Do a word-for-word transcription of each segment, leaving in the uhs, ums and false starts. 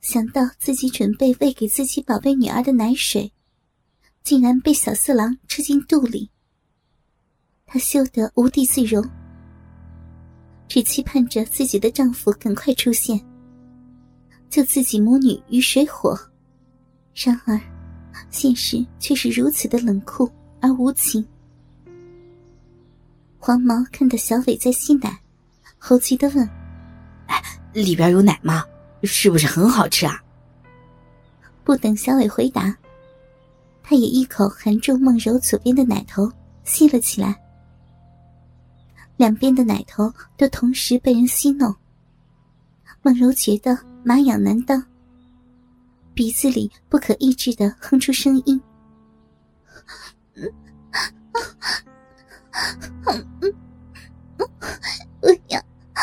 想到自己准备喂给自己宝贝女儿的奶水竟然被小色狼吃进肚里，她羞得无地自容，只期盼着自己的丈夫赶快出现，救自己母女于水火。然而现实却是如此的冷酷而无情。黄毛看到小伟在吸奶，猴急地问： 哎，里边有奶吗？是不是很好吃啊？ 不等小伟回答，他也一口含住梦柔左边的奶头吸了起来。两边的奶头都同时被人吸弄，梦柔觉得麻痒难当，鼻子里不可抑制地哼出声音。不要，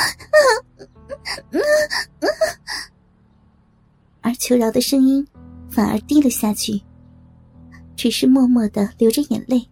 而求饶的声音反而低了下去，只是默默地流着眼泪。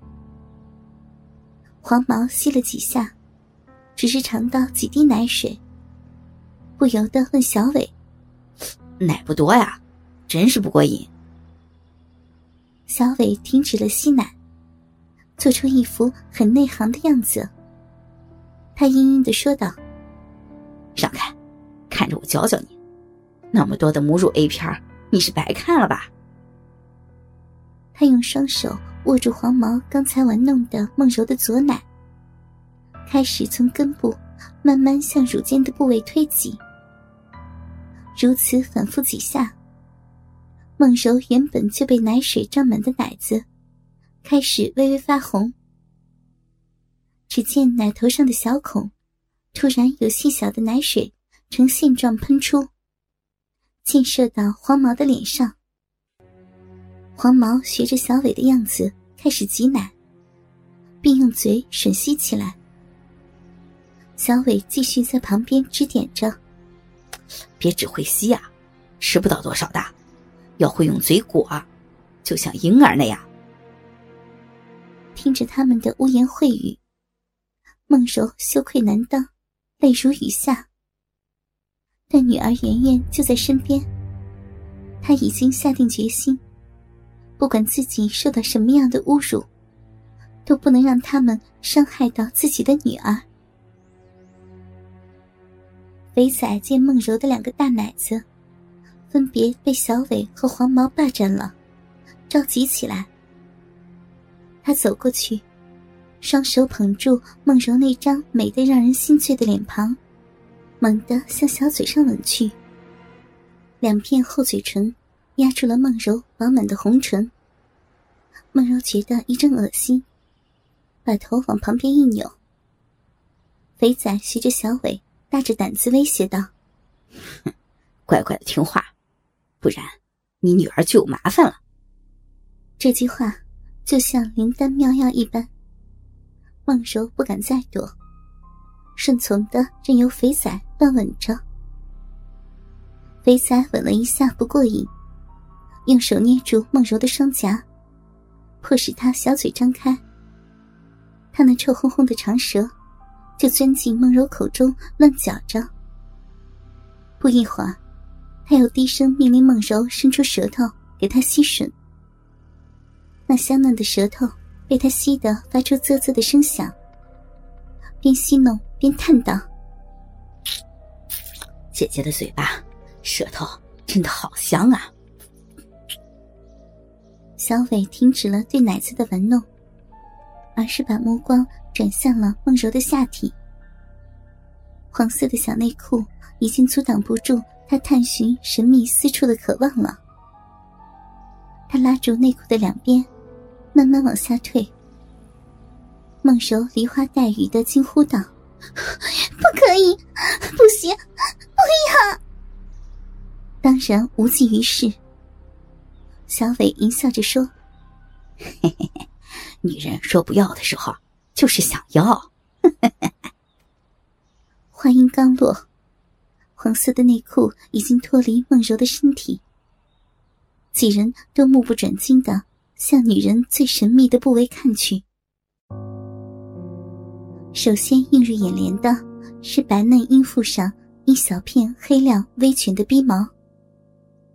黄毛吸了几下，只是尝到几滴奶水，不由得问小伟： 奶不多呀，真是不过瘾。 小伟停止了吸奶，做出一副很内行的样子。他阴阴地说道： 让开，看着我教教你，那么多的母乳 A 片，你是白看了吧？ 他用双手握住黄毛刚才玩弄的梦柔的左奶，开始从根部慢慢向乳尖的部位推挤。如此反复几下，梦柔原本就被奶水胀满的奶子开始微微发红。只见奶头上的小孔突然有细小的奶水呈线状喷出，溅射到黄毛的脸上。黄毛学着小伟的样子开始挤奶，并用嘴吮吸起来。小伟继续在旁边指点着： 别只会吸啊，吃不到多少的，要会用嘴裹，就像婴儿那样。 听着他们的污言秽语，梦柔羞愧难当，泪如雨下。但女儿圆圆就在身边，她已经下定决心，不管自己受到什么样的侮辱，都不能让他们伤害到自己的女儿。肥仔见梦柔的两个大奶子分别被小伟和黄毛霸占了，着急起来。他走过去，双手捧住梦柔那张美得让人心醉的脸庞，猛地向小嘴上吻去。两片厚嘴唇压住了梦柔饱满的红唇。梦柔觉得一阵恶心，把头往旁边一扭。肥仔学着小伟大着胆子威胁道： 乖乖的听话，不然你女儿就有麻烦了。 这句话就像灵丹妙药一般，梦柔不敢再躲，顺从的任由肥仔乱吻着。肥仔吻了一下不过瘾，用手捏住梦柔的双颊，迫使她小嘴张开。他那臭烘烘的长舌就钻进梦柔口中乱搅着。不一会儿，他又低声命令梦柔伸出舌头给他吸吮。那香嫩的舌头被他吸得发出啧啧的声响，边吸弄边叹道： 姐姐的嘴巴舌头真的好香啊。 小伟停止了对奶子的玩弄，而是把目光转向了梦柔的下体。黄色的小内裤已经阻挡不住他探寻神秘私处的渴望了。他拉住内裤的两边，慢慢往下退。梦柔梨花带雨地惊呼道：不可以，不行，不要！当然无济于事。小伟淫笑着说： 嘿嘿嘿，女人说不要的时候就是想要。 话音刚落，黄色的内裤已经脱离梦柔的身体，几人都目不转睛地向女人最神秘的部位看去。首先映入眼帘的是白嫩阴腹上一小片黑亮微卷的逼毛，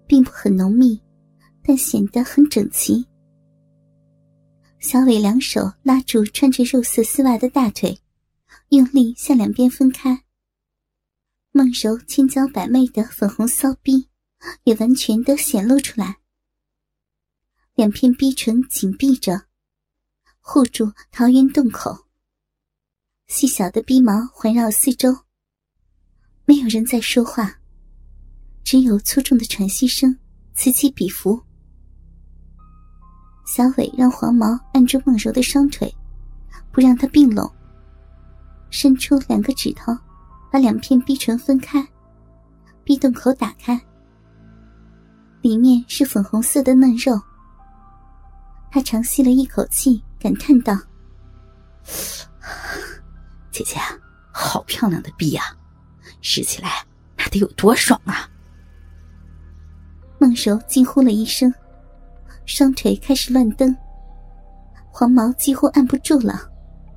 并不很浓密，但显得很整齐。小伟两手拉住穿着肉色丝袜的大腿，用力向两边分开。梦柔千娇百媚的粉红骚逼也完全的显露出来，两片逼唇紧闭着，护住桃源洞口。细小的逼毛环绕四周，没有人在说话，只有粗重的喘息声此起彼伏。小伟让黄毛按住梦柔的双腿，不让她并拢，伸出两个指头，把两片逼唇分开，逼洞口打开，里面是粉红色的嫩肉。他长吸了一口气，感叹道： 姐姐好漂亮的逼啊，试起来那得有多爽啊。 梦柔惊呼了一声，双腿开始乱蹬，黄毛几乎按不住了。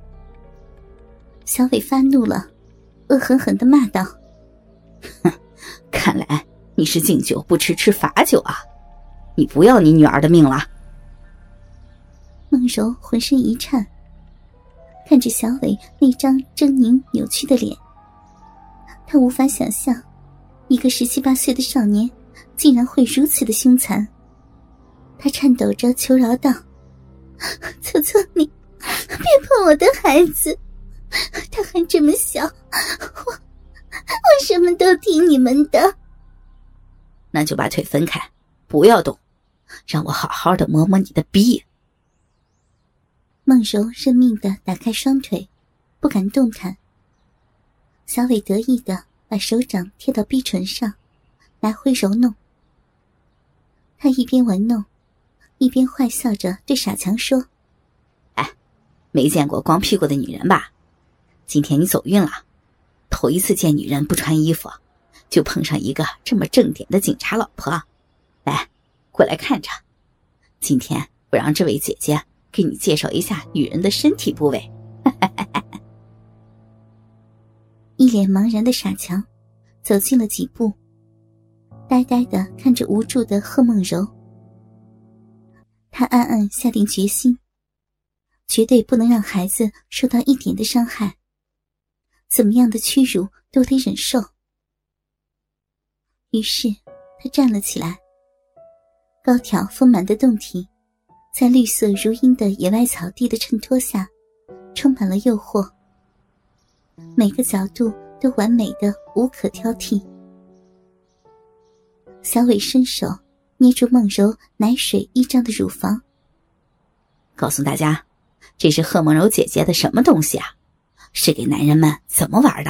小伟发怒了，恶狠狠地骂道： 哼，看来你是敬酒不吃吃罚酒啊，你不要你女儿的命了。 梦柔浑身一颤，看着小伟那张狰狞扭曲的脸，他无法想象一个十七八岁的少年竟然会如此的凶残。他颤抖着求饶道：求求你别碰我的孩子，他还这么小，我我什么都听你们的。 那就把腿分开，不要动，让我好好的摸摸你的逼。 梦柔认命地打开双腿，不敢动弹。小伟得意地把手掌贴到逼唇上，来回揉弄。他一边玩弄，一边坏笑着对傻强说： 哎，没见过光屁股的女人吧？今天你走运了，头一次见女人不穿衣服，就碰上一个这么正点的警察老婆。来，过来看着，今天我让这位姐姐给你介绍一下女人的身体部位。 一脸茫然的傻强走近了几步，呆呆地看着无助的贺梦柔。他暗暗下定决心，绝对不能让孩子受到一点的伤害，怎么样的屈辱都得忍受。于是他站了起来，高挑丰满的胴体在绿色如茵的野外草地的衬托下充满了诱惑，每个角度都完美的无可挑剔。小伟伸手捏住梦柔奶水一张的乳房， 告诉大家，这是贺梦柔姐姐的什么东西啊？是给男人们怎么玩的？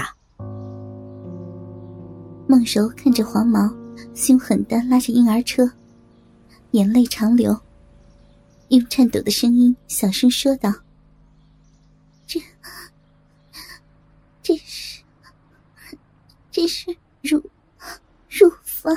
梦柔看着黄毛凶狠地拉着婴儿车，眼泪长流，用颤抖的声音小声说道：这这是这是乳乳房。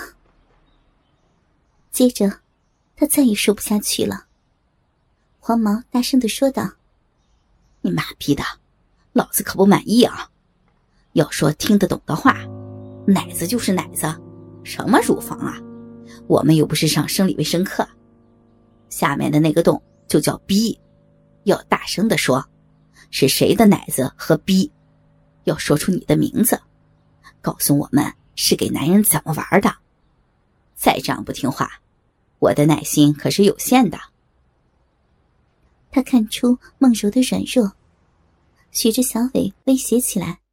接着他再也说不下去了。黄毛大声地说道： 你妈逼的，老子可不满意啊！要说听得懂的话，奶子就是奶子，什么乳房啊？我们又不是上生理卫生课。下面的那个洞就叫逼，要大声地说，是谁的奶子和逼，要说出你的名字，告诉我们是给男人怎么玩的。再这样不听话，我的耐心可是有限的。 他看出梦柔的软弱，学着小伟威胁起来：